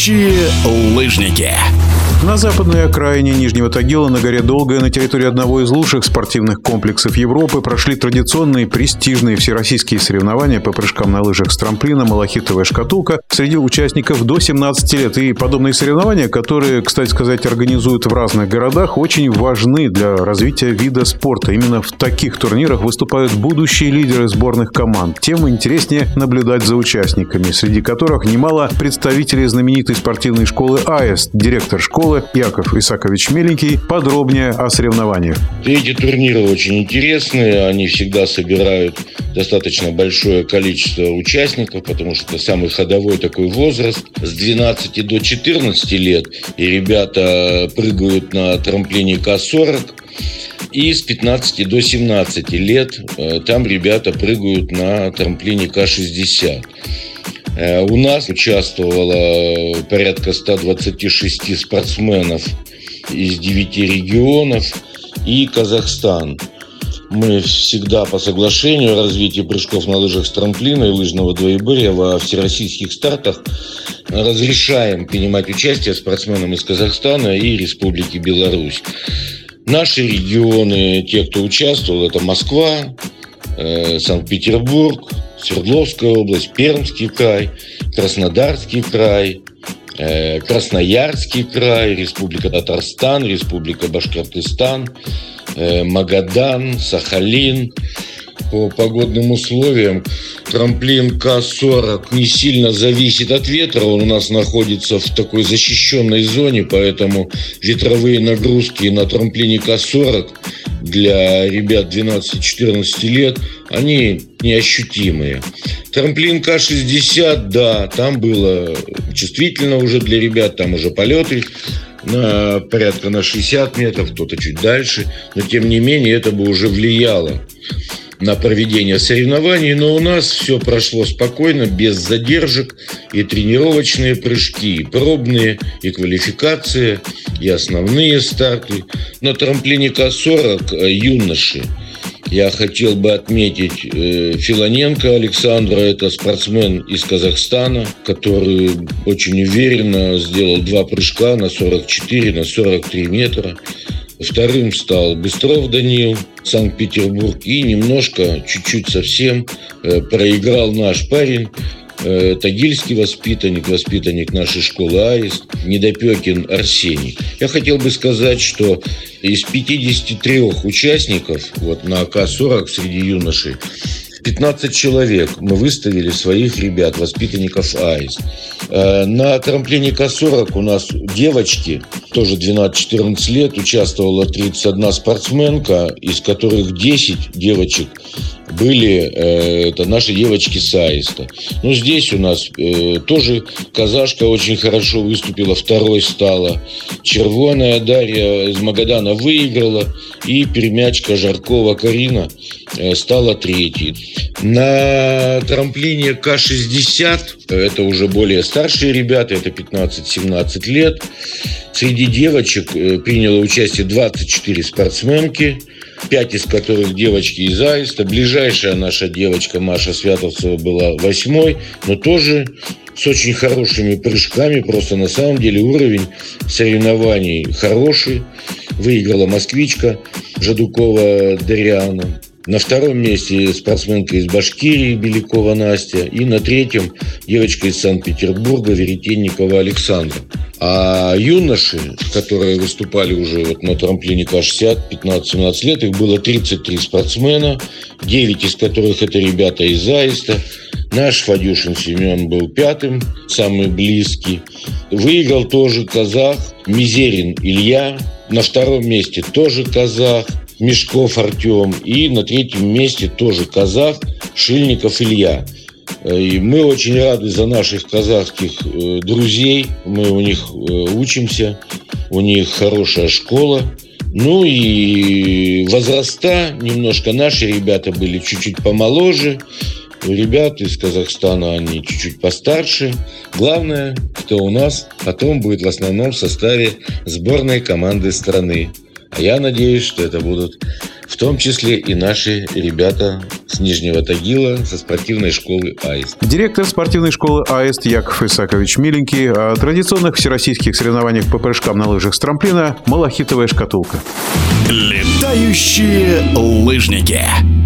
Настоящие лыжники. На западной окраине Нижнего Тагила, на горе Долгая, на территории одного из лучших спортивных комплексов Европы, прошли традиционные престижные всероссийские соревнования по прыжкам на лыжах с трамплина «Малахитовая шкатулка» среди участников до 17 лет. И подобные соревнования, которые, кстати сказать, организуют в разных городах, очень важны для развития вида спорта. Именно в таких турнирах выступают будущие лидеры сборных команд. Тем интереснее наблюдать за участниками, среди которых немало представителей знаменитой спортивной школы «Аист». Директор школы Яков Исакович Меленький подробнее о соревнованиях. Эти турниры очень интересные, они всегда собирают достаточно большое количество участников, потому что это самый ходовой такой возраст, с 12 до 14 лет, и ребята прыгают на трамплине К-40, и с 15 до 17 лет там ребята прыгают на трамплине К-60. У нас участвовало порядка 126 спортсменов из 9 регионов и Казахстан. Мы всегда по соглашению о развитии прыжков на лыжах с трамплина и лыжного двоеборья во всероссийских стартах разрешаем принимать участие спортсменам из Казахстана и Республики Беларусь. Наши регионы, те, кто участвовал, это Москва, Санкт-Петербург, Свердловская область, Пермский край, Краснодарский край, Красноярский край, Республика Татарстан, Республика Башкортостан, Магадан, Сахалин. По погодным условиям трамплин К-40 не сильно зависит от ветра. Он у нас находится в такой защищенной зоне, поэтому ветровые нагрузки на трамплине К-40 для ребят 12-14 лет, они неощутимые. Трамплин К-60, да, там было чувствительно уже для ребят, там уже полеты порядка на 60 метров, кто-то чуть дальше, но тем не менее это бы уже влияло на проведение соревнований, но у нас все прошло спокойно, без задержек, и тренировочные прыжки, и пробные, и квалификация, и основные старты. На трамплине К-40 юноши. Я хотел бы отметить Филоненко Александра, это спортсмен из Казахстана, который очень уверенно сделал 2 прыжка на 44, на 43 метра. Вторым стал Быстров Данил, Санкт-Петербург. И немножко, чуть-чуть совсем проиграл наш парень, тагильский воспитанник нашей школы «Аист», Недопекин Арсений. Я хотел бы сказать, что из 53 участников на К-40 среди юношей 15 человек мы выставили своих ребят, воспитанников «Аист». На трамплине К-40 у нас девочки, тоже 12-14 лет, участвовала 31 спортсменка, из которых 10 девочек были это наши девочки с «Аиста». Ну, здесь у нас тоже казашка очень хорошо выступила, второй стала. Червоная Дарья из Магадана выиграла, и пермячка Жаркова Карина стала третьей. На трамплине К-60, это уже более старшие ребята, это 15-17 лет, среди девочек приняло участие 24 спортсменки, 5 из которых девочки из «Аиста». Ближайшая наша девочка Маша Святовцева была 8-й, но тоже с очень хорошими прыжками. Просто на самом деле уровень соревнований хороший. Выиграла москвичка Жадукова Дариана. На втором месте спортсменка из Башкирии Белякова Настя. И на третьем девочка из Санкт-Петербурга Веретенникова Александра. А юноши, которые выступали уже на трамплине К-60, 15-17 лет, их было 33 спортсмена, 9 из которых это ребята из «Аиста». Наш Фадюшин Семен был 5-м, самый близкий. Выиграл тоже казах Мизерин Илья. На втором месте тоже казах Мешков Артем. И на третьем месте тоже казах Шильников Илья. И мы очень рады за наших казахских друзей. Мы у них учимся, у них хорошая школа. Ну и возраста немножко наши ребята были чуть-чуть помоложе. У ребят из Казахстана они чуть-чуть постарше. Главное, кто у нас потом будет в основном в составе сборной команды страны. А я надеюсь, что это будут в том числе и наши ребята с Нижнего Тагила, со спортивной школы «Аист». Директор спортивной школы «Аист» Яков Исакович Миленький о традиционных всероссийских соревнованиях по прыжкам на лыжах с трамплина «Малахитовая шкатулка». Летающие лыжники.